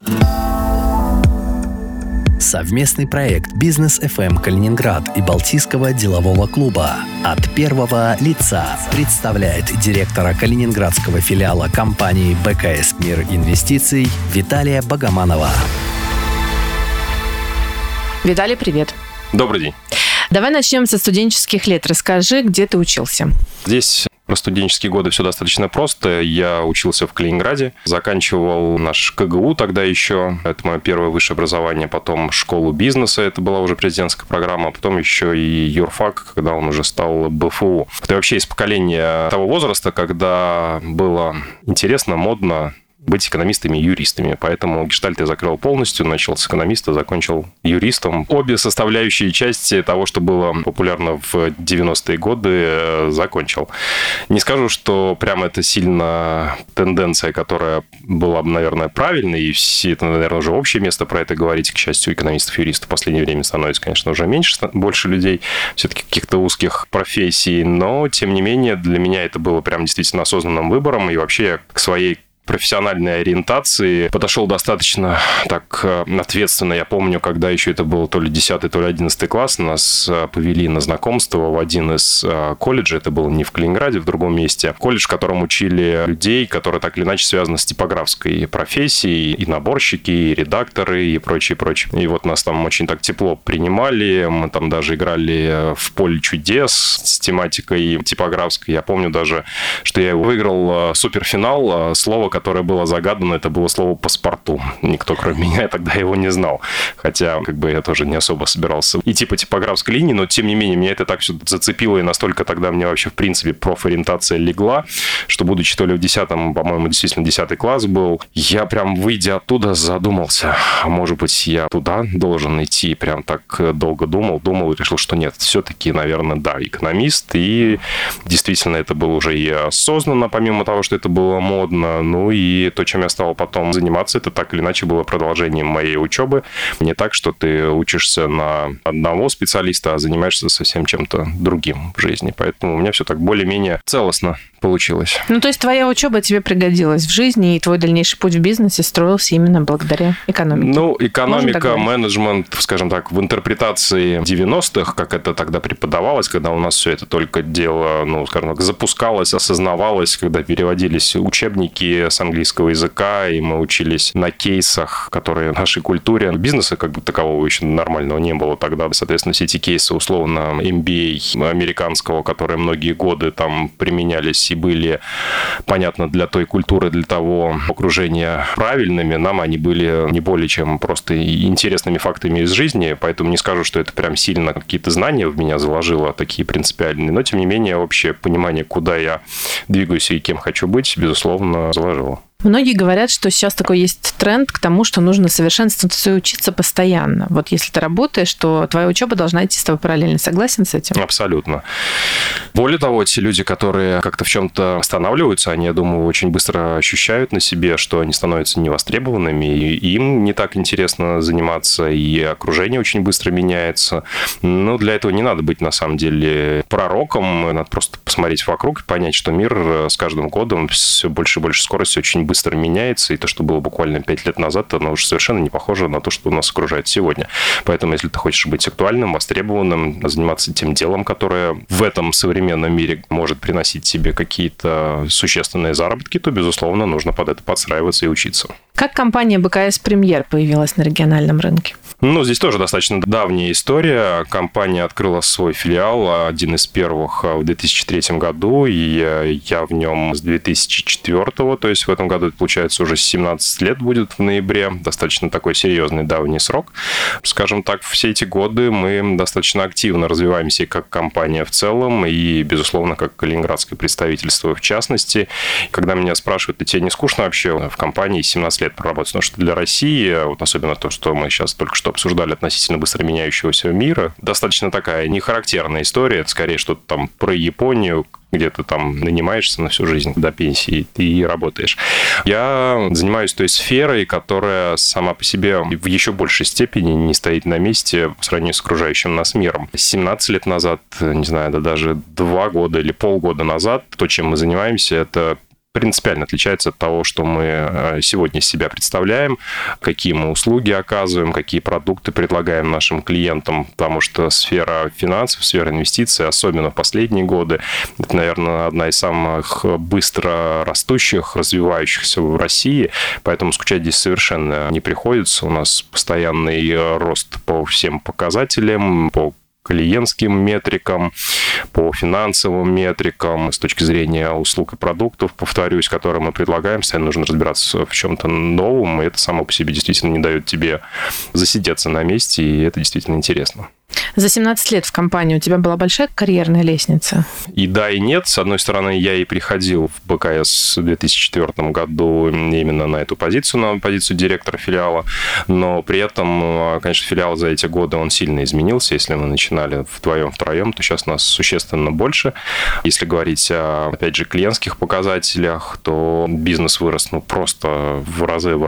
Совместный проект «Бизнес FM Калининград» и Балтийского делового клуба «От первого лица» представляет директора калининградского филиала компании БКС «Мир Инвестиций» Виталия Богоманова. Виталий, привет. Добрый день. Давай начнем со студенческих лет. Расскажи, где ты учился. Здесь про студенческие годы все достаточно просто. Я учился в Калининграде, заканчивал наш КГУ тогда еще. Это мое первое высшее образование. Потом школу бизнеса, это была уже президентская программа. Потом еще и юрфак, когда он уже стал БФУ. Это вообще из поколения того возраста, когда было интересно, модно быть экономистами и юристами. Поэтому гештальт я закрыл полностью, начал с экономиста, закончил юристом. Обе составляющие части того, что было популярно в 90-е годы, закончил. Не скажу, что прямо это сильно тенденция, которая была бы, наверное, правильной, и все это, наверное, уже общее место про это говорить. К счастью, экономистов и юристов в последнее время становится, конечно, уже меньше, больше людей, все-таки каких-то узких профессий. Но, тем не менее, для меня это было прям действительно осознанным выбором, и вообще я к своей профессиональной ориентации подошел достаточно так ответственно. Я помню, когда еще это был то ли 10, то ли 11 класс, нас повели на знакомство в один из колледжей. Это было не в Калининграде, в другом месте. Колледж, в котором учили людей, которые так или иначе связаны с типографской профессией. И наборщики, и редакторы, и прочее, прочее. И вот нас там очень так тепло принимали. Мы там даже играли в «Поле чудес» с тематикой типографской. Я помню даже, что я выиграл суперфинал. Слово, которое было загадано, это было слово «паспорту». Никто, кроме меня, тогда его не знал. Хотя, я тоже не особо собирался идти по типографской линии, но, тем не менее, меня это так все зацепило, и настолько тогда мне вообще, в принципе, профориентация легла, что, будучи то ли в 10-м, по-моему, действительно 10 класс был, я прям, выйдя оттуда, задумался, а может быть, я туда должен идти. Прям так долго думал и решил, что нет, все-таки, наверное, да, экономист. И действительно, это было уже и осознанно, помимо того, что это было модно. И то, чем я стал потом заниматься, это так или иначе было продолжением моей учебы. Не так, что ты учишься на одного специалиста, а занимаешься совсем чем-то другим в жизни. Поэтому у меня все так более-менее целостно получилось. То есть твоя учеба тебе пригодилась в жизни, и твой дальнейший путь в бизнесе строился именно благодаря экономике? Экономика, менеджмент, скажем так, в интерпретации 90-х, как это тогда преподавалось, когда у нас все это только дело, скажем так, запускалось, осознавалось, когда переводились учебники с английского языка, и мы учились на кейсах, которые в нашей культуре. Бизнеса как бы такового еще нормального не было тогда. Соответственно, все эти кейсы, условно, MBA американского, которые многие годы там применялись и были, понятно, для той культуры, для того окружения правильными, нам они были не более чем просто интересными фактами из жизни, поэтому не скажу, что это прям сильно какие-то знания в меня заложило, такие принципиальные, но, тем не менее, общее понимание, куда я двигаюсь и кем хочу быть, безусловно, заложило. Многие говорят, что сейчас такой есть тренд к тому, что нужно совершенствоваться и учиться постоянно. Вот если ты работаешь, то твоя учеба должна идти с тобой параллельно. Согласен с этим? Абсолютно. Более того, те люди, которые как-то в чем-то останавливаются, они, я думаю, очень быстро ощущают на себе, что они становятся невостребованными, и им не так интересно заниматься, и окружение очень быстро меняется. Но для этого не надо быть, на самом деле, пророком. Надо просто посмотреть вокруг и понять, что мир с каждым годом все больше и больше скорости очень быстро меняется, и то, что было буквально 5 лет назад, оно уже совершенно не похоже на то, что нас окружает сегодня. Поэтому, если ты хочешь быть актуальным, востребованным, заниматься тем делом, которое в этом современном мире может приносить тебе какие-то существенные заработки, то, безусловно, нужно под это подстраиваться и учиться. Как компания БКС «Премьер» появилась на региональном рынке? Здесь тоже достаточно давняя история. Компания открыла свой филиал, один из первых, в 2003 году, и я в нем с 2004, то есть в этом году, это получается, уже 17 лет будет в ноябре. Достаточно такой серьезный давний срок. Скажем так, все эти годы мы достаточно активно развиваемся и как компания в целом, и, безусловно, как калининградское представительство в частности. Когда меня спрашивают, тебе не скучно вообще в компании 17 лет проработать? Потому что для России, особенно то, что мы сейчас только что обсуждали относительно быстро меняющегося мира, достаточно такая нехарактерная история. Это скорее что-то там про Японию, где ты там нанимаешься на всю жизнь до пенсии и работаешь. Я занимаюсь той сферой, которая сама по себе в еще большей степени не стоит на месте по сравнению с окружающим нас миром. 17 лет назад, не знаю, даже 2 года или полгода назад, то, чем мы занимаемся, это принципиально отличается от того, что мы сегодня из себя представляем, какие мы услуги оказываем, какие продукты предлагаем нашим клиентам, потому что сфера финансов, сфера инвестиций, особенно в последние годы, это, наверное, одна из самых быстро растущих, развивающихся в России, поэтому скучать здесь совершенно не приходится. У нас постоянный рост по всем показателям, по клиентским метрикам, по финансовым метрикам, с точки зрения услуг и продуктов, повторюсь, которые мы предлагаем, постоянно нужно разбираться в чем-то новом, и это само по себе действительно не дает тебе засидеться на месте, и это действительно интересно. За 17 лет в компании у тебя была большая карьерная лестница? И да, и нет. С одной стороны, я и приходил в БКС в 2004 году именно на эту позицию, на позицию директора филиала, но при этом, конечно, филиал за эти годы, он сильно изменился. Если мы начинали вдвоем-втроем, то сейчас нас существенно больше. Если говорить о, опять же, клиентских показателях, то бизнес вырос просто в разы.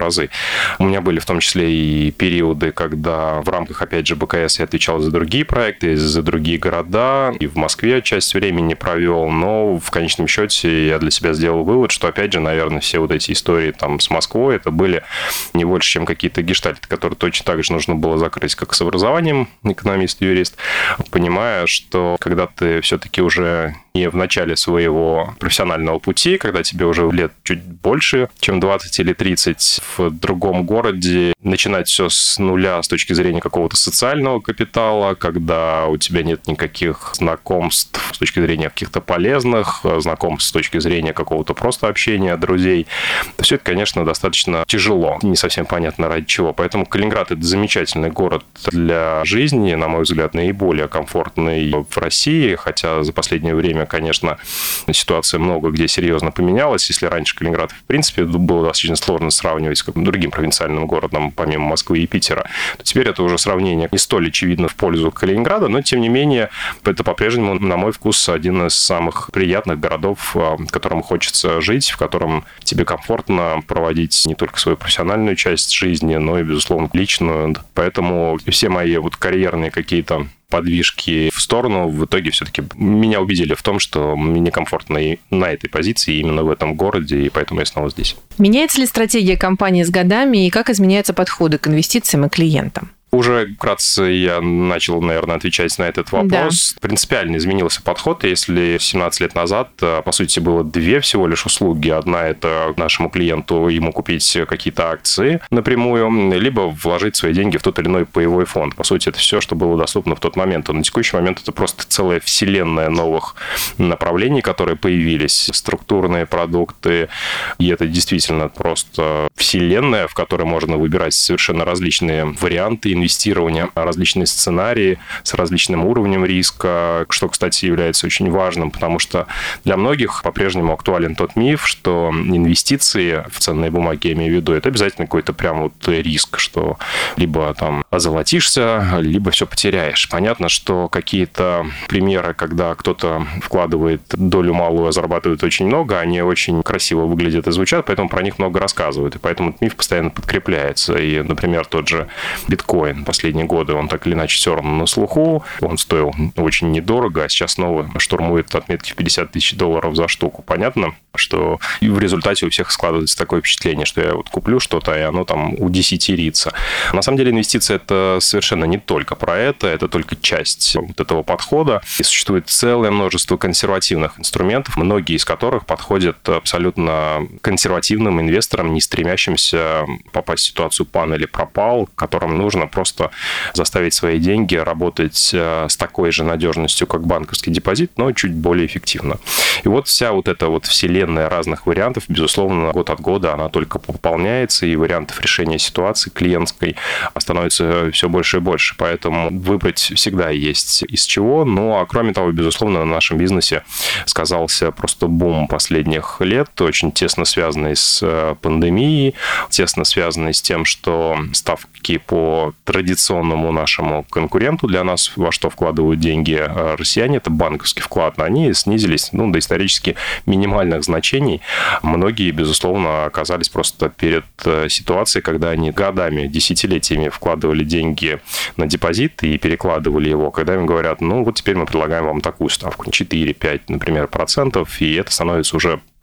У меня были в том числе и периоды, когда в рамках, опять же, БКС я отвечал за другие проекты, за другие города, и в Москве часть времени провел, но в конечном счете я для себя сделал вывод, что, опять же, наверное, все вот эти истории там с Москвой, это были не больше, чем какие-то гештальты, которые точно так же нужно было закрыть, как с образованием, экономист, юрист, понимая, что когда ты все-таки уже не в начале своего профессионального пути, когда тебе уже лет чуть больше, чем 20 или 30 в другом городе, начинать все с нуля с точки зрения какого-то социального капитала, когда у тебя нет никаких знакомств с точки зрения каких-то полезных, знакомств с точки зрения какого-то просто общения, друзей, то все это, конечно, достаточно тяжело. Не совсем понятно, ради чего. Поэтому Калининград – это замечательный город для жизни, на мой взгляд, наиболее комфортный в России, хотя за последнее время, конечно, ситуация много где серьезно поменялась. Если раньше Калининград, в принципе, было достаточно сложно сравнивать с каким-то другим провинциальным городом, помимо Москвы и Питера, то теперь это уже сравнение не столь очевидно в пользу Калининграда, но, тем не менее, это по-прежнему, на мой вкус, один из самых приятных городов, в котором хочется жить, в котором тебе комфортно проводить не только свою профессиональную часть жизни, но и, безусловно, личную. Поэтому все мои карьерные какие-то подвижки в сторону в итоге все-таки меня убедили в том, что мне комфортно и на этой позиции, именно в этом городе, и поэтому я снова здесь. Меняется ли стратегия компании с годами, и как изменяются подходы к инвестициям и клиентам? Уже вкратце я начал, наверное, отвечать на этот вопрос. Да. Принципиально изменился подход. Если 17 лет назад, по сути, было две всего лишь услуги. Одна – это нашему клиенту ему купить какие-то акции напрямую, либо вложить свои деньги в тот или иной паевой фонд. По сути, это все, что было доступно в тот момент. А на текущий момент это просто целая вселенная новых направлений, которые появились. Структурные продукты. И это действительно просто вселенная, в которой можно выбирать совершенно различные варианты инвестирования, различные сценарии с различным уровнем риска, что, кстати, является очень важным, потому что для многих по-прежнему актуален тот миф, что инвестиции в ценные бумаги, я имею в виду, это обязательно какой-то прям риск, что либо там озолотишься, либо все потеряешь. Понятно, что какие-то примеры, когда кто-то вкладывает долю малую, а зарабатывает очень много, они очень красиво выглядят и звучат, поэтому про них много рассказывают, и поэтому этот миф постоянно подкрепляется. И, например, тот же биткоин последние годы, он так или иначе все равно на слуху, он стоил очень недорого, а сейчас снова штурмует отметки в $50 тысяч за штуку. Понятно, что в результате у всех складывается такое впечатление, что я куплю что-то, и оно там удесятерится. На самом деле инвестиции – это совершенно не только про это только часть этого подхода. И существует целое множество консервативных инструментов, многие из которых подходят абсолютно консервативным инвесторам, не стремящимся попасть в ситуацию пан или пропал, которым нужно просто заставить свои деньги работать с такой же надежностью, как банковский депозит, но чуть более эффективно. И вся эта вселенная разных вариантов, безусловно, год от года она только пополняется, и вариантов решения ситуации клиентской становится все больше и больше. Поэтому выбрать всегда есть из чего. Ну, а кроме того, безусловно, на нашем бизнесе сказался просто бум последних лет, очень тесно связанный с пандемией, тесно связанный с тем, что ставки по традиционному нашему конкуренту для нас, во что вкладывают деньги россияне, это банковский вклад, они снизились до исторически минимальных значений. Многие, безусловно, оказались просто перед ситуацией, когда они годами, десятилетиями вкладывали деньги на депозит и перекладывали его, когда им говорят, теперь мы предлагаем вам такую ставку, 4-5, например, процентов, и это становится уже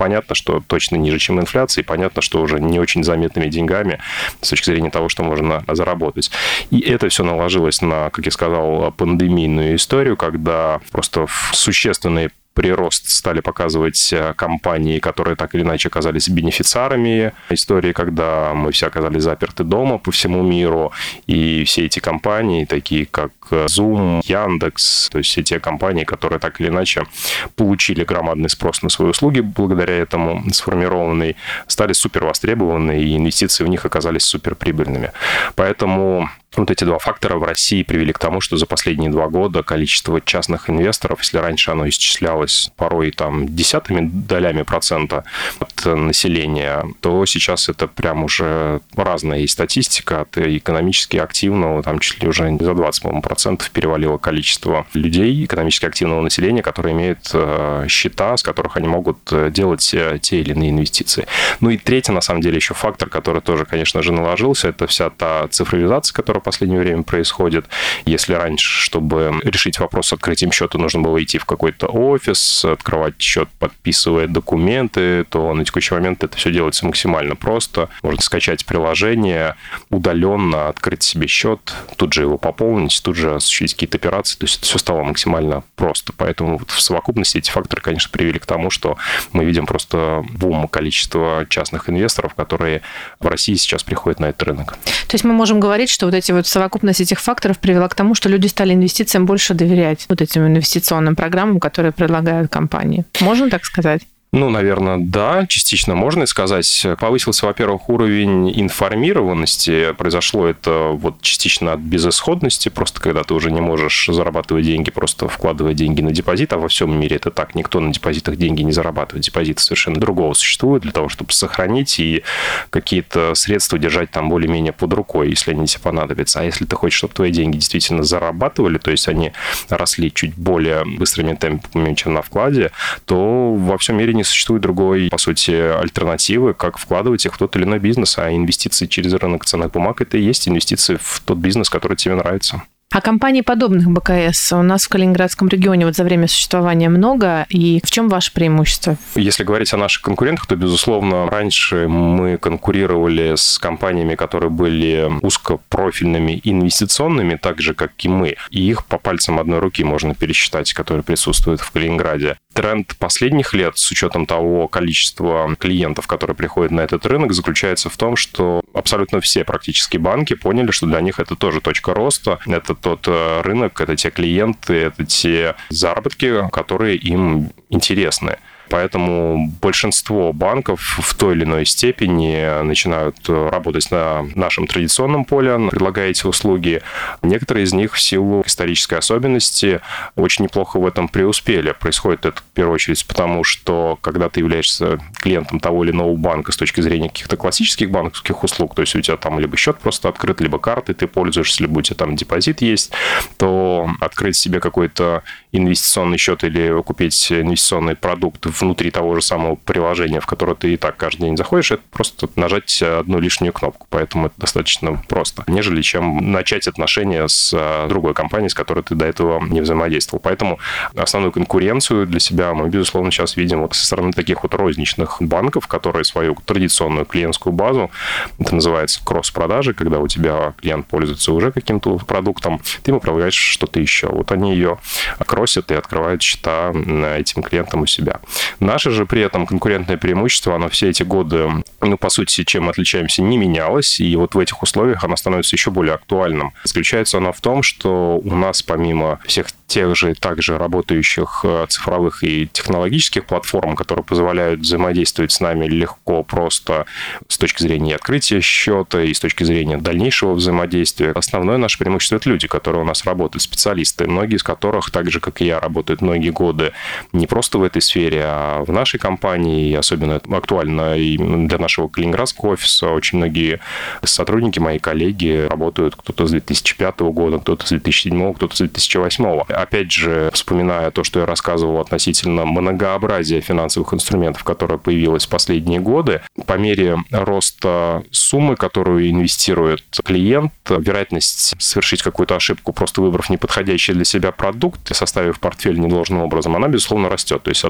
понятно, что точно ниже, чем инфляция, и понятно, что уже не очень заметными деньгами с точки зрения того, что можно заработать. И это все наложилось на, как я сказал, пандемийную историю, когда просто существенные прирост стали показывать компании, которые так или иначе оказались бенефициарами истории, когда мы все оказались заперты дома по всему миру, и все эти компании, такие как Zoom, Яндекс, то есть все те компании, которые так или иначе получили громадный спрос на свои услуги, благодаря этому сформированный, стали супер востребованы, и инвестиции в них оказались суперприбыльными. Поэтому вот эти два фактора в России привели к тому, что за последние 2 года количество частных инвесторов, если раньше оно исчислялось порой там десятыми долями процента от населения, то сейчас это прям уже разная есть статистика. От экономически активного, там чуть ли уже за 20, по-моему, процентов перевалило количество людей, экономически активного населения, которые имеют счета, с которых они могут делать те или иные инвестиции. Ну и третий, на самом деле, еще фактор, который тоже, конечно же, наложился, это вся та цифровизация, которая в последнее время происходит. Если раньше, чтобы решить вопрос с открытием счета, нужно было идти в какой-то офис, открывать счет, подписывая документы, то на текущий момент это все делается максимально просто. Можно скачать приложение, удаленно открыть себе счет, тут же его пополнить, тут же осуществить какие-то операции. То есть это все стало максимально просто. Поэтому вот в совокупности эти факторы, конечно, привели к тому, что мы видим просто бум количества частных инвесторов, которые в России сейчас приходят на этот рынок. То есть мы можем говорить, что вот эти вот совокупность этих факторов привела к тому, что люди стали инвестициям больше доверять, вот этим инвестиционным программам, которые предлагают компании. Можно так сказать? Ну, наверное, да, частично можно и сказать. Повысился, во-первых, уровень информированности. Произошло это вот частично от безысходности, просто когда ты уже не можешь зарабатывать деньги, просто вкладывая деньги на депозит, а во всем мире это так. Никто на депозитах деньги не зарабатывает. Депозиты совершенно другого существуют для того, чтобы сохранить и какие-то средства держать там более-менее под рукой, если они тебе понадобятся. А если ты хочешь, чтобы твои деньги действительно зарабатывали, то есть они росли чуть более быстрыми темпами, чем на вкладе, то во всем мире не существует другой, по сути, альтернативы, как вкладывать их в тот или иной бизнес, а инвестиции через рынок ценных бумаг – это и есть инвестиции в тот бизнес, который тебе нравится. А компаний, подобных БКС, у нас в Калининградском регионе вот за время существования много. И в чем ваше преимущество? Если говорить о наших конкурентах, то, безусловно, раньше мы конкурировали с компаниями, которые были узкопрофильными инвестиционными, так же, как и мы. И их по пальцам одной руки можно пересчитать, которые присутствуют в Калининграде. Тренд последних лет, с учетом того количества клиентов, которые приходят на этот рынок, заключается в том, что абсолютно все практически банки поняли, что для них это тоже точка роста. Это тот рынок, это те клиенты, это те заработки, которые им интересны. Поэтому большинство банков в той или иной степени начинают работать на нашем традиционном поле, предлагая эти услуги. Некоторые из них в силу исторической особенности очень неплохо в этом преуспели. Происходит это в первую очередь потому, что когда ты являешься клиентом того или иного банка с точки зрения каких-то классических банковских услуг, то есть у тебя там либо счет просто открыт, либо карты ты пользуешься, либо у тебя там депозит есть, то открыть себе какой-то инвестиционный счет или купить инвестиционный продукт внутри того же самого приложения, в которое ты и так каждый день заходишь, это просто нажать одну лишнюю кнопку. Поэтому это достаточно просто, нежели чем начать отношения с другой компанией, с которой ты до этого не взаимодействовал. Поэтому основную конкуренцию для себя мы, безусловно, сейчас видим вот со стороны таких вот розничных банков, которые свою традиционную клиентскую базу, это называется кросс-продажи, когда у тебя клиент пользуется уже каким-то продуктом, ты ему предлагаешь что-то еще. Вот они ее кросят и открывают счета этим клиентам у себя. Наше же при этом конкурентное преимущество, оно все эти годы, по сути, чем мы отличаемся, не менялось. И вот в этих условиях оно становится еще более актуальным. Заключается оно в том, что у нас помимо всех тех же также работающих цифровых и технологических платформ, которые позволяют взаимодействовать с нами легко, просто с точки зрения открытия счета и с точки зрения дальнейшего взаимодействия. Основное наше преимущество – это люди, которые у нас работают, специалисты, многие из которых, так же, как и я, работают многие годы не просто в этой сфере, а в нашей компании, и особенно актуально и для нашего калининградского офиса. Очень многие сотрудники, мои коллеги, работают кто-то с 2005 года, кто-то с 2007, кто-то с 2008. Опять же, вспоминая то, что я рассказывал относительно многообразия финансовых инструментов, которое появилось в последние годы, по мере роста суммы, которую инвестирует клиент, вероятность совершить какую-то ошибку, просто выбрав неподходящий для себя продукт, составив портфель недолжным образом, она, безусловно, растет. То есть одно дело, когда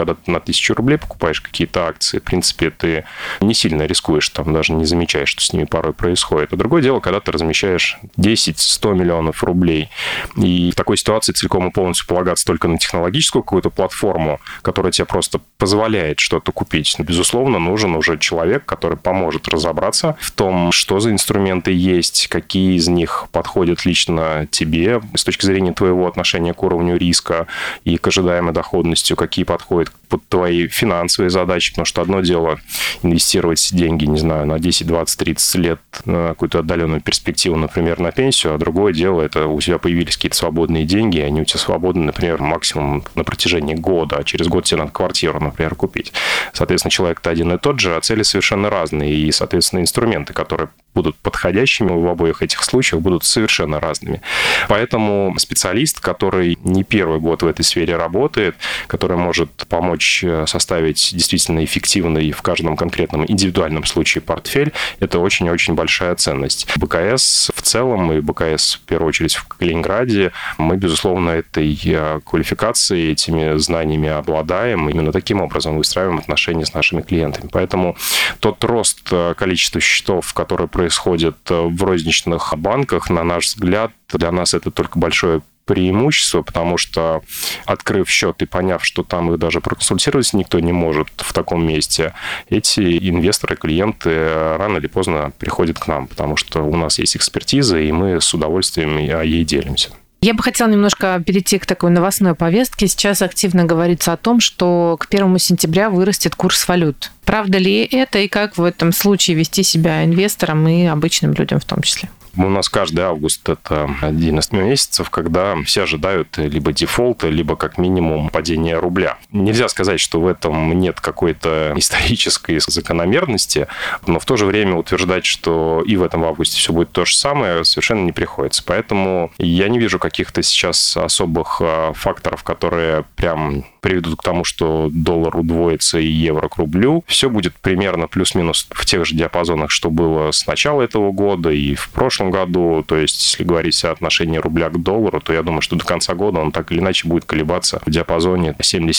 когда ты на 1000 рублей покупаешь какие-то акции, в принципе, ты не сильно рискуешь, там даже не замечаешь, что с ними порой происходит. А другое дело, когда ты размещаешь 10-100 миллионов рублей. И в такой ситуации целиком и полностью полагаться только на технологическую какую-то платформу, которая тебе просто позволяет что-то купить. Безусловно, нужен уже человек, который поможет разобраться в том, что за инструменты есть, какие из них подходят лично тебе с точки зрения твоего отношения к уровню риска и к ожидаемой доходности, какие подходят под твои финансовые задачи, потому что одно дело инвестировать деньги, не знаю, на 10, 20, 30 лет на какую-то отдаленную перспективу, например, на пенсию, а другое дело, это у тебя появились какие-то свободные деньги, и они у тебя свободны, например, максимум на протяжении года, а через год тебе надо квартиру, например, купить. Соответственно, человек-то один и тот же, а цели совершенно разные, и, соответственно, инструменты, которые будут подходящими в обоих этих случаях, будут совершенно разными. Поэтому специалист, который не первый год в этой сфере работает, который может помочь составить действительно эффективный в каждом конкретном индивидуальном случае портфель, это очень-очень большая ценность. БКС в целом и БКС в первую очередь в Калининграде, мы, безусловно, этой квалификацией, этими знаниями обладаем, именно таким образом выстраиваем отношения с нашими клиентами. Поэтому тот рост количества счетов, который происходит в розничных банках, на наш взгляд, для нас это только большое преимущество, потому что, открыв счет и поняв, что там их даже проконсультировать никто не может в таком месте, эти инвесторы, клиенты рано или поздно приходят к нам, потому что у нас есть экспертиза, и мы с удовольствием ей делимся. Я бы хотела немножко перейти к такой новостной повестке. Сейчас активно говорится о том, что к 1 сентября вырастет курс валют. Правда ли это, и как в этом случае вести себя инвесторам и обычным людям в том числе? У нас каждый август – это один из месяцев, когда все ожидают либо дефолта, либо как минимум падения рубля. Нельзя сказать, что в этом нет какой-то исторической закономерности, но в то же время утверждать, что и в этом августе все будет то же самое, совершенно не приходится. Поэтому я не вижу каких-то сейчас особых факторов, которые прям приведут к тому, что доллар удвоится и евро к рублю. Все будет примерно плюс-минус в тех же диапазонах, что было с начала этого года и в прошлом году. То есть, если говорить о отношении рубля к доллару, то я думаю, что до конца года он так или иначе будет колебаться в диапазоне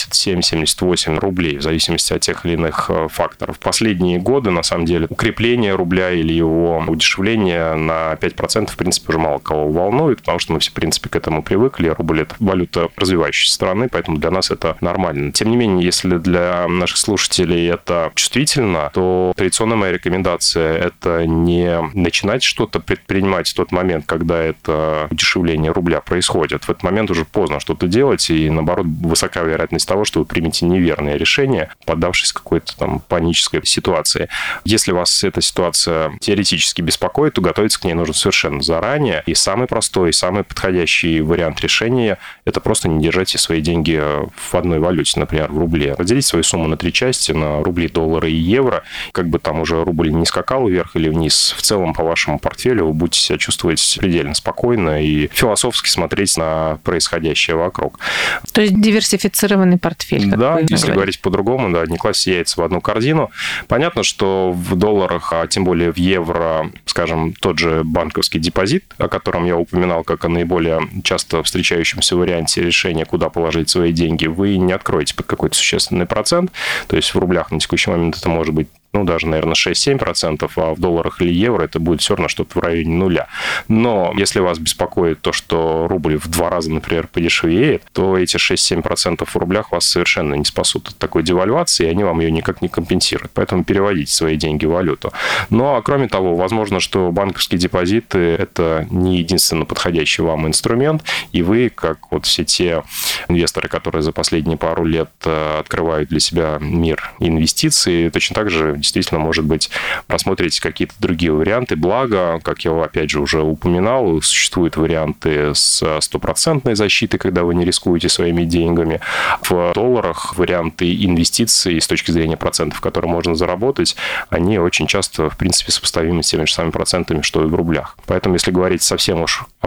77-78 рублей, в зависимости от тех или иных факторов. Последние годы, на самом деле, укрепление рубля или его удешевление на 5%, в принципе, уже мало кого волнует, потому что мы все, в принципе, к этому привыкли. Рубль – это валюта развивающейся страны, поэтому для нас это нормально. Тем не менее, если для наших слушателей это чувствительно, то традиционная моя рекомендация – это не начинать что-то предпринимать в тот момент, когда это удешевление рубля происходит. В этот момент уже поздно что-то делать, и, наоборот, высока вероятность того, что вы примете неверное решение, поддавшись какой-то там панической ситуации. Если вас эта ситуация теоретически беспокоит, то готовиться к ней нужно совершенно заранее. И самый простой, и самый подходящий вариант решения – это просто не держать свои деньги в одной валюте, например, в рубле. Разделить свою сумму на 3 части, на рубли, доллары и евро. Как бы там уже рубль не скакал вверх или вниз, в целом по вашему портфелю вы будете себя чувствовать предельно спокойно и философски смотреть на происходящее вокруг. То есть диверсифицированный портфель. Да, если говорить по-другому, да, не класть яйца в одну корзину. Понятно, что в долларах, а тем более в евро, скажем, тот же банковский депозит, о котором я упоминал как о наиболее часто встречающемся варианте решения, куда положить свои деньги, вы не откроете под какой-то существенный процент. То есть в рублях на текущий момент это может быть даже, наверное, 6-7%, а в долларах или евро это будет все равно что-то в районе нуля. Но если вас беспокоит то, что рубль в 2 раза, например, подешевеет, то эти 6-7% в рублях вас совершенно не спасут от такой девальвации, и они вам ее никак не компенсируют. Поэтому переводите свои деньги в валюту. Ну, а кроме того, возможно, что банковские депозиты – это не единственно подходящий вам инструмент, и вы, как вот все те инвесторы, которые за последние пару лет открывают для себя мир инвестиций, точно так же действительно, может быть, посмотрите какие-то другие варианты. Благо, как я, опять же, уже упоминал, существуют варианты с 100% защитой, когда вы не рискуете своими деньгами. В долларах варианты инвестиций с точки зрения процентов, которые можно заработать, они очень часто, в принципе, сопоставимы с теми же самыми процентами, что и в рублях. Поэтому, если говорить совсем уж о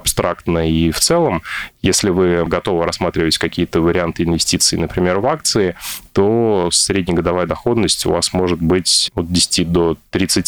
абстрактно и в целом. Если вы готовы рассматривать какие-то варианты инвестиций, например, в акции, то среднегодовая доходность у вас может быть от 10 до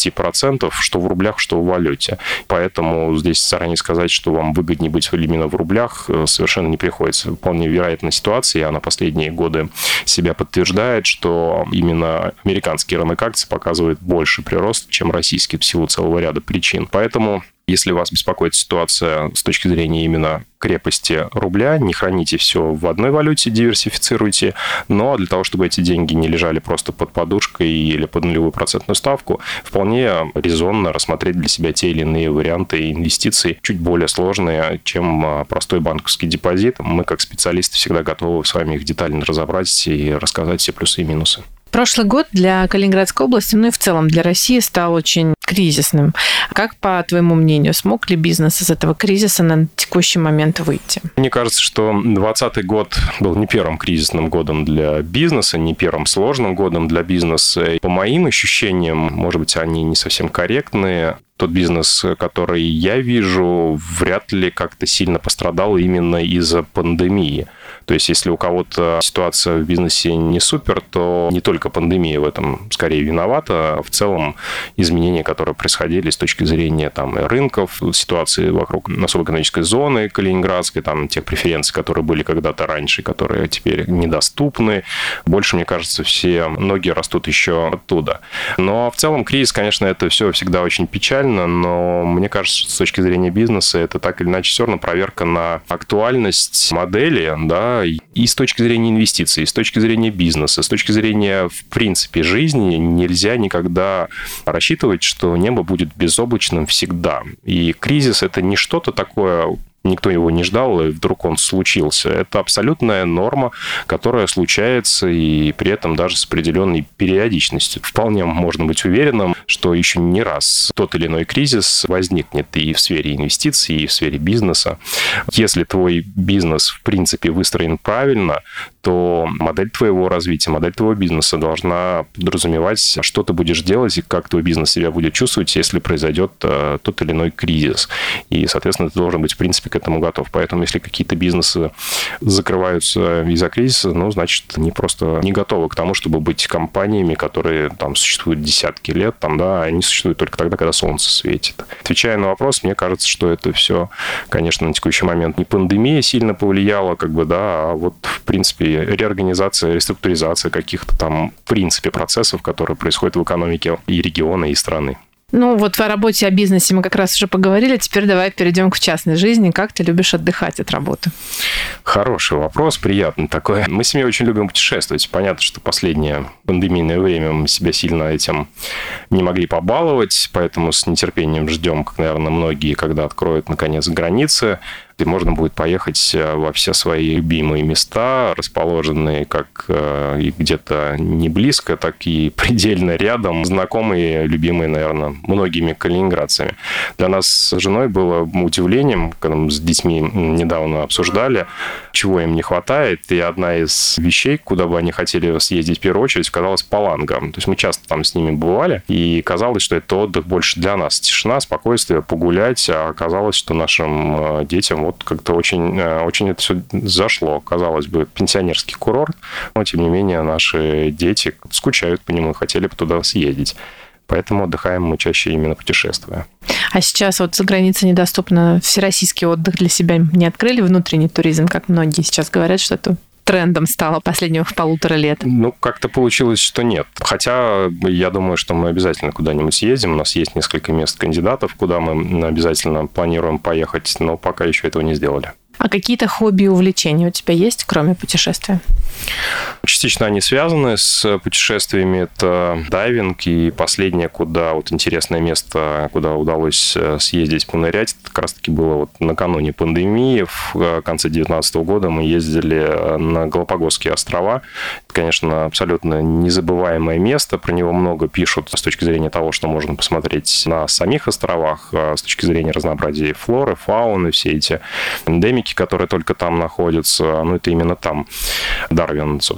30%, что в рублях, что в валюте. Поэтому здесь заранее сказать, что вам выгоднее быть именно в рублях, совершенно не приходится. Вполне вероятная ситуация, и она последние годы себя подтверждает, что именно американский рынок акций показывает больше прирост, чем российский, в силу целого ряда причин. Поэтому, если вас беспокоит ситуация с точки зрения именно крепости рубля, не храните все в одной валюте, диверсифицируйте, но для того, чтобы эти деньги не лежали просто под подушкой или под нулевую процентную ставку, вполне резонно рассмотреть для себя те или иные варианты инвестиций, чуть более сложные, чем простой банковский депозит. Мы, как специалисты, всегда готовы с вами их детально разобрать и рассказать все плюсы и минусы. Прошлый год для Калининградской области, ну и в целом для России, стал очень кризисным. Как, по твоему мнению, смог ли бизнес из этого кризиса на текущий момент выйти? Мне кажется, что 2020 год был не первым кризисным годом для бизнеса, не первым сложным годом для бизнеса. По моим ощущениям, может быть, они не совсем корректные. Тот бизнес, который я вижу, вряд ли как-то сильно пострадал именно из-за пандемии. То есть, если у кого-то ситуация в бизнесе не супер, то не только пандемия в этом скорее виновата, а в целом изменения, которые происходили с точки зрения рынков, ситуации вокруг особой экономической зоны калининградской, тех преференций, которые были когда-то раньше, которые теперь недоступны. Больше, мне кажется, все ноги растут еще оттуда. Но в целом кризис, конечно, это все всегда очень печально, но мне кажется, что с точки зрения бизнеса это так или иначе все равно проверка на актуальность модели, да, и с точки зрения инвестиций, и с точки зрения бизнеса, с точки зрения, в принципе, жизни нельзя никогда рассчитывать, что небо будет безоблачным всегда. И кризис – это не что-то такое, никто его не ждал, и вдруг он случился. Это абсолютная норма, которая случается, и при этом даже с определенной периодичностью. Вполне можно быть уверенным, что еще не раз тот или иной кризис возникнет и в сфере инвестиций, и в сфере бизнеса. Если твой бизнес, в принципе, выстроен правильно, то модель твоего развития, модель твоего бизнеса должна подразумевать, что ты будешь делать и как твой бизнес себя будет чувствовать, если произойдет тот или иной кризис. И, соответственно, ты должен быть, в принципе, к этому готов. Поэтому, если какие-то бизнесы закрываются из-за кризиса, значит, они просто не готовы к тому, чтобы быть компаниями, которые существуют десятки лет, они существуют только тогда, когда солнце светит. Отвечая на вопрос, мне кажется, что это все, конечно, на текущий момент не пандемия сильно повлияла, а вот, в принципе, реорганизация, реструктуризация каких-то в принципе, процессов, которые происходят в экономике и региона, и страны. Вот о работе, о бизнесе мы как раз уже поговорили. Теперь давай перейдем к частной жизни. Как ты любишь отдыхать от работы? Хороший вопрос, приятный такой. Мы с семьей очень любим путешествовать. Понятно, что последнее пандемийное время мы себя сильно этим не могли побаловать, поэтому с нетерпением ждем, как, наверное, многие, когда откроют, наконец, границы, и можно будет поехать во все свои любимые места, расположенные как и где-то не близко, так и предельно рядом, знакомые, любимые, наверное, многими калининградцами. Для нас с женой было удивлением, когда мы с детьми недавно обсуждали, чего им не хватает, и одна из вещей, куда бы они хотели съездить в первую очередь, казалось Паланга. То есть мы часто с ними бывали, и казалось, что это отдых больше для нас. Тишина, спокойствие, погулять, а оказалось, что нашим детям как-то очень, очень это все зашло. Казалось бы, пенсионерский курорт, но, тем не менее, наши дети скучают по нему и хотели бы туда съездить. Поэтому отдыхаем мы чаще именно путешествуя. А сейчас за границей недоступно всероссийский отдых для себя не открыли, внутренний туризм, как многие сейчас говорят, что это трендом стало последних 1,5 лет? Как-то получилось, что нет. Хотя я думаю, что мы обязательно куда-нибудь съездим. У нас есть несколько мест кандидатов, куда мы обязательно планируем поехать, но пока еще этого не сделали. А какие-то хобби и увлечения у тебя есть, кроме путешествия? Частично они связаны с путешествиями. Это дайвинг. И последнее, интересное место, куда удалось съездить, понырять, это как раз-таки было накануне пандемии. В конце 2019 года мы ездили на Галапагосские острова. Это, конечно, абсолютно незабываемое место. Про него много пишут с точки зрения того, что можно посмотреть на самих островах, с точки зрения разнообразия флоры, фауны, все эти эндемики, которые только там находятся. Это именно там Дарвин, собственно,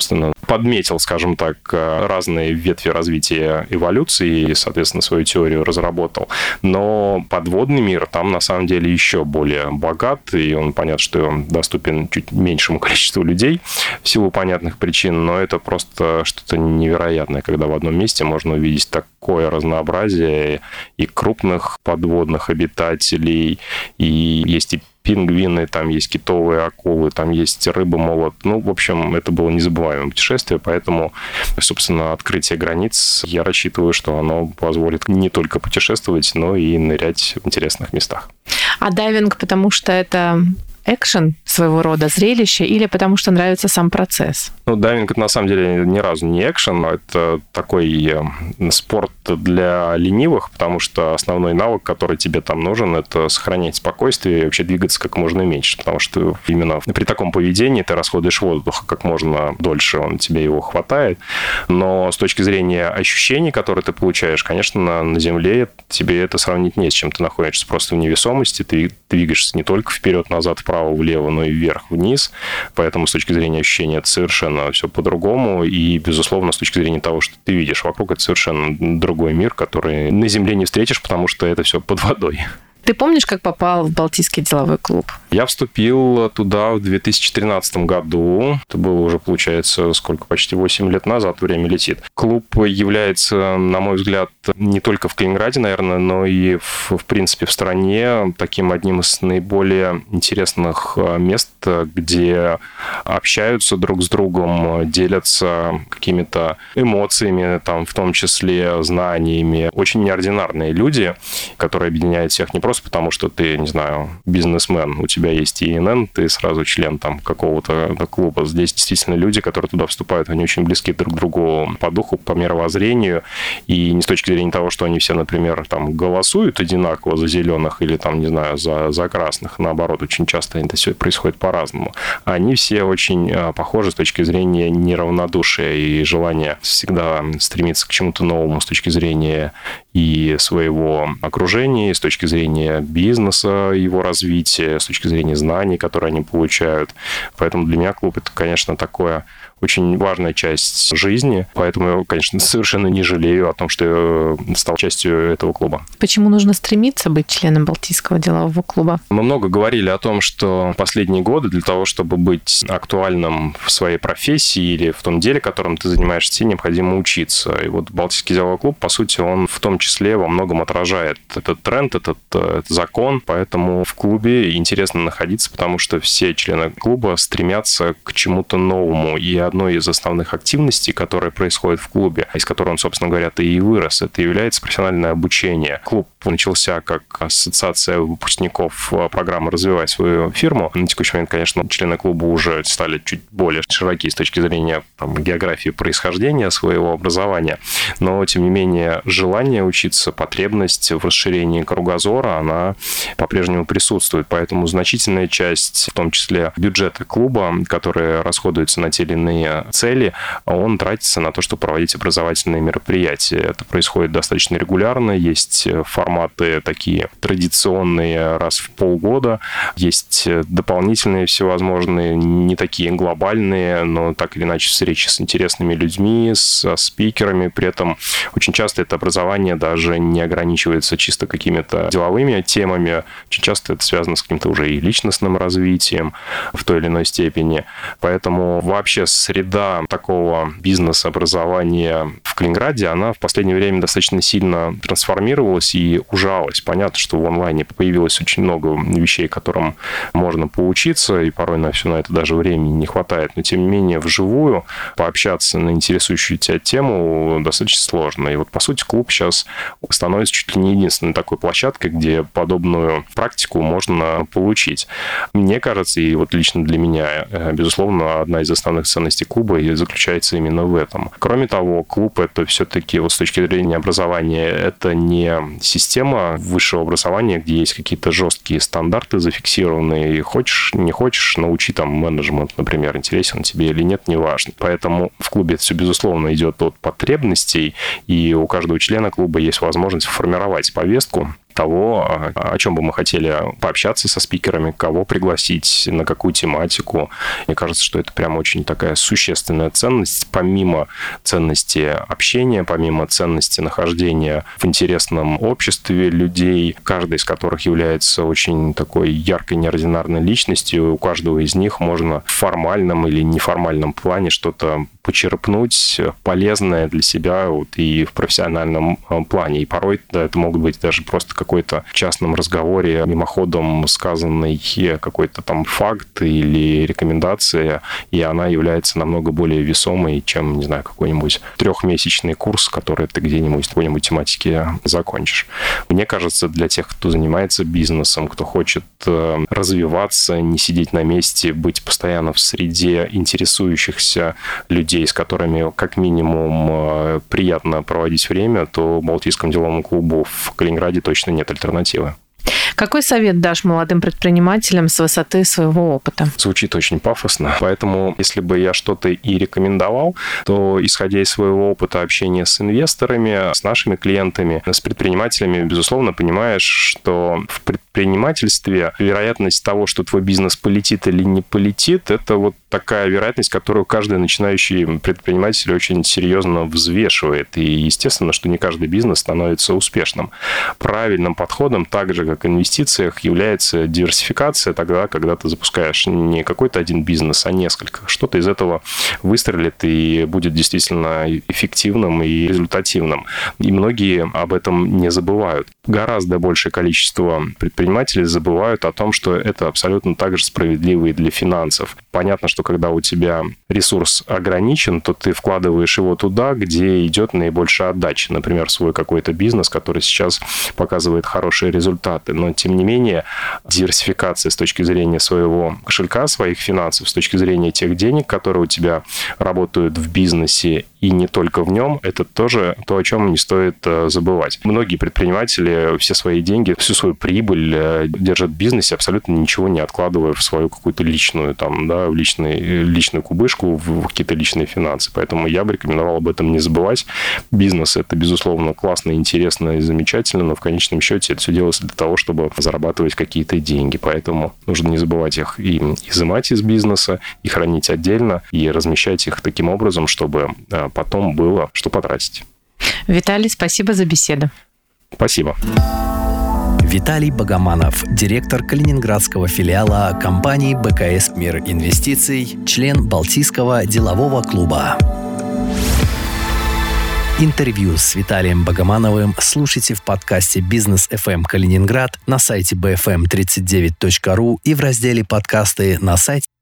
подметил, скажем так, разные ветви развития эволюции и, соответственно, свою теорию разработал. Но подводный мир там, на самом деле, еще более богат, и он, понятно, что он доступен чуть меньшему количеству людей в силу понятных причин, но это просто что-то невероятное, когда в одном месте можно увидеть такое разнообразие и крупных подводных обитателей, и есть и пингвины, там есть китовые акулы, там есть рыба-молот. В общем, это было незабываемое путешествие, поэтому, собственно, открытие границ, я рассчитываю, что оно позволит не только путешествовать, но и нырять в интересных местах. А дайвинг, потому что это экшен своего рода, зрелище, или потому что нравится сам процесс? Дайвинг, это на самом деле ни разу не экшен, это такой спорт для ленивых, потому что основной навык, который тебе там нужен, это сохранять спокойствие и вообще двигаться как можно меньше, потому что именно при таком поведении ты расходуешь воздух как можно дольше, тебе его хватает, но с точки зрения ощущений, которые ты получаешь, конечно, на Земле тебе это сравнить не с чем. Ты находишься просто в невесомости, ты двигаешься не только вперед-назад, вправо-влево, но и вверх-вниз, поэтому с точки зрения ощущения это совершенно все по-другому, и, безусловно, с точки зрения того, что ты видишь вокруг, это совершенно другой мир, который на Земле не встретишь, потому что это все под водой. Ты помнишь, как попал в Балтийский деловой клуб? Я вступил туда в 2013 году. Это было уже, получается, почти 8 лет назад, время летит. Клуб является, на мой взгляд, не только в Калининграде, наверное, но и, в принципе, в стране таким одним из наиболее интересных мест, где общаются друг с другом, делятся какими-то эмоциями, там, в том числе знаниями. Очень неординарные люди, которые объединяют всех не просто потому, что ты, не знаю, бизнесмен, у тебя есть ИНН, ты сразу член там какого-то клуба. Здесь действительно люди, которые туда вступают, они очень близки друг к другу по духу, по мировоззрению, и не с точки зрения того, что они все, например, там голосуют одинаково за зеленых или там, не знаю, за красных. Наоборот, очень часто это все происходит по-разному. Они все очень похожи с точки зрения неравнодушия и желания всегда стремиться к чему-то новому с точки зрения и своего окружения, и с точки зрения бизнеса, его развития, с точки зрения знаний, которые они получают. Поэтому для меня клуб – это, конечно, такое очень важная часть жизни, поэтому я, конечно, совершенно не жалею о том, что я стал частью этого клуба. Почему нужно стремиться быть членом Балтийского делового клуба? Мы много говорили о том, что последние годы для того, чтобы быть актуальным в своей профессии или в том деле, которым ты занимаешься, тебе необходимо учиться. И вот Балтийский деловой клуб, по сути, он в том числе во многом отражает этот тренд, этот закон, поэтому в клубе интересно находиться, потому что все члены клуба стремятся к чему-то новому, и одной из основных активностей, которая происходит в клубе, из которой он, собственно говоря, и вырос, это является профессиональное обучение. Клуб начался как ассоциация выпускников программы «Развивай свою фирму». На текущий момент, конечно, члены клуба уже стали чуть более широкие с точки зрения географии происхождения своего образования, но, тем не менее, желание учиться, потребность в расширении кругозора, она по-прежнему присутствует, поэтому значительная часть, в том числе бюджета клуба, который расходуется на те или иные цели, он тратится на то, чтобы проводить образовательные мероприятия. Это происходит достаточно регулярно. Есть форматы такие традиционные раз в полгода. Есть дополнительные всевозможные, не такие глобальные, но так или иначе встречи с интересными людьми, со спикерами. При этом очень часто это образование даже не ограничивается чисто какими-то деловыми темами. Очень часто это связано с каким-то уже и личностным развитием в той или иной степени. Поэтому вообще среда такого бизнес-образования в Калининграде, она в последнее время достаточно сильно трансформировалась и ужалась. Понятно, что в онлайне появилось очень много вещей, которым можно поучиться, и порой на все на это даже времени не хватает. Но, тем не менее, вживую пообщаться на интересующую тебя тему достаточно сложно. И вот, по сути, клуб сейчас становится чуть ли не единственной такой площадкой, где подобную практику можно получить. Мне кажется, и вот лично для меня, безусловно, одна из основных ценностей клуба и заключается именно в этом. Кроме того, клуб — это все-таки вот с точки зрения образования, это не система высшего образования, где есть какие-то жесткие стандарты зафиксированные, и хочешь, не хочешь, научи там менеджмент, например, интересен тебе или нет, неважно. Поэтому в клубе это все, безусловно, идет от потребностей, и у каждого члена клуба есть возможность формировать повестку того, о чем бы мы хотели пообщаться со спикерами, кого пригласить, на какую тематику. Мне кажется, что это прям очень такая существенная ценность, помимо ценности общения, помимо ценности нахождения в интересном обществе людей, каждый из которых является очень такой яркой, неординарной личностью. У каждого из них можно в формальном или неформальном плане что-то почерпнуть полезное для себя и в профессиональном плане. И порой это могут быть даже просто какой-то в частном разговоре, мимоходом сказанный какой-то там факт или рекомендация, и она является намного более весомой, чем, не знаю, какой-нибудь трехмесячный курс, который ты где-нибудь в какой-нибудь тематике закончишь. Мне кажется, для тех, кто занимается бизнесом, кто хочет развиваться, не сидеть на месте, быть постоянно в среде интересующихся людей, с которыми как минимум приятно проводить время, то Балтийскому деловому клубу в Калининграде точно нет альтернативы. Какой совет дашь молодым предпринимателям с высоты своего опыта? Звучит очень пафосно, поэтому если бы я что-то и рекомендовал, то, исходя из своего опыта общения с инвесторами, с нашими клиентами, с предпринимателями, безусловно, понимаешь, что в предпринимательстве вероятность того, что твой бизнес полетит или не полетит, это вот такая вероятность, которую каждый начинающий предприниматель очень серьезно взвешивает. И естественно, что не каждый бизнес становится успешным. Правильным подходом, так же, как в инвестициях, является диверсификация тогда, когда ты запускаешь не какой-то один бизнес, а несколько. Что-то из этого выстрелит и будет действительно эффективным и результативным. И многие об этом не забывают. Гораздо большее количество предпринимателей забывают о том, что это абсолютно так же справедливо и для финансов. Понятно, что когда у тебя ресурс ограничен, то ты вкладываешь его туда, где идет наибольшая отдача. Например, свой какой-то бизнес, который сейчас показывает хорошие результаты. Но, тем не менее, диверсификация с точки зрения своего кошелька, своих финансов, с точки зрения тех денег, которые у тебя работают в бизнесе и не только в нем, это тоже то, о чем не стоит забывать. Многие предприниматели все свои деньги, всю свою прибыль держат в бизнесе, абсолютно ничего не откладывая в свою какую-то личную, в личную кубышку, в какие-то личные финансы. Поэтому я бы рекомендовал об этом не забывать. Бизнес – это, безусловно, классно, интересно и замечательно, но в конечном счете это все делается для того, чтобы зарабатывать какие-то деньги. Поэтому нужно не забывать их и изымать из бизнеса, и хранить отдельно, и размещать их таким образом, чтобы потом было что потратить. Виталий, спасибо за беседу. Спасибо. Виталий Богоманов, директор калининградского филиала компании БКС «Мир Инвестиций», член Балтийского делового клуба. Интервью с Виталием Богомановым слушайте в подкасте «Бизнес FM Калининград» на сайте bfm39.ru и в разделе «Подкасты» на сайте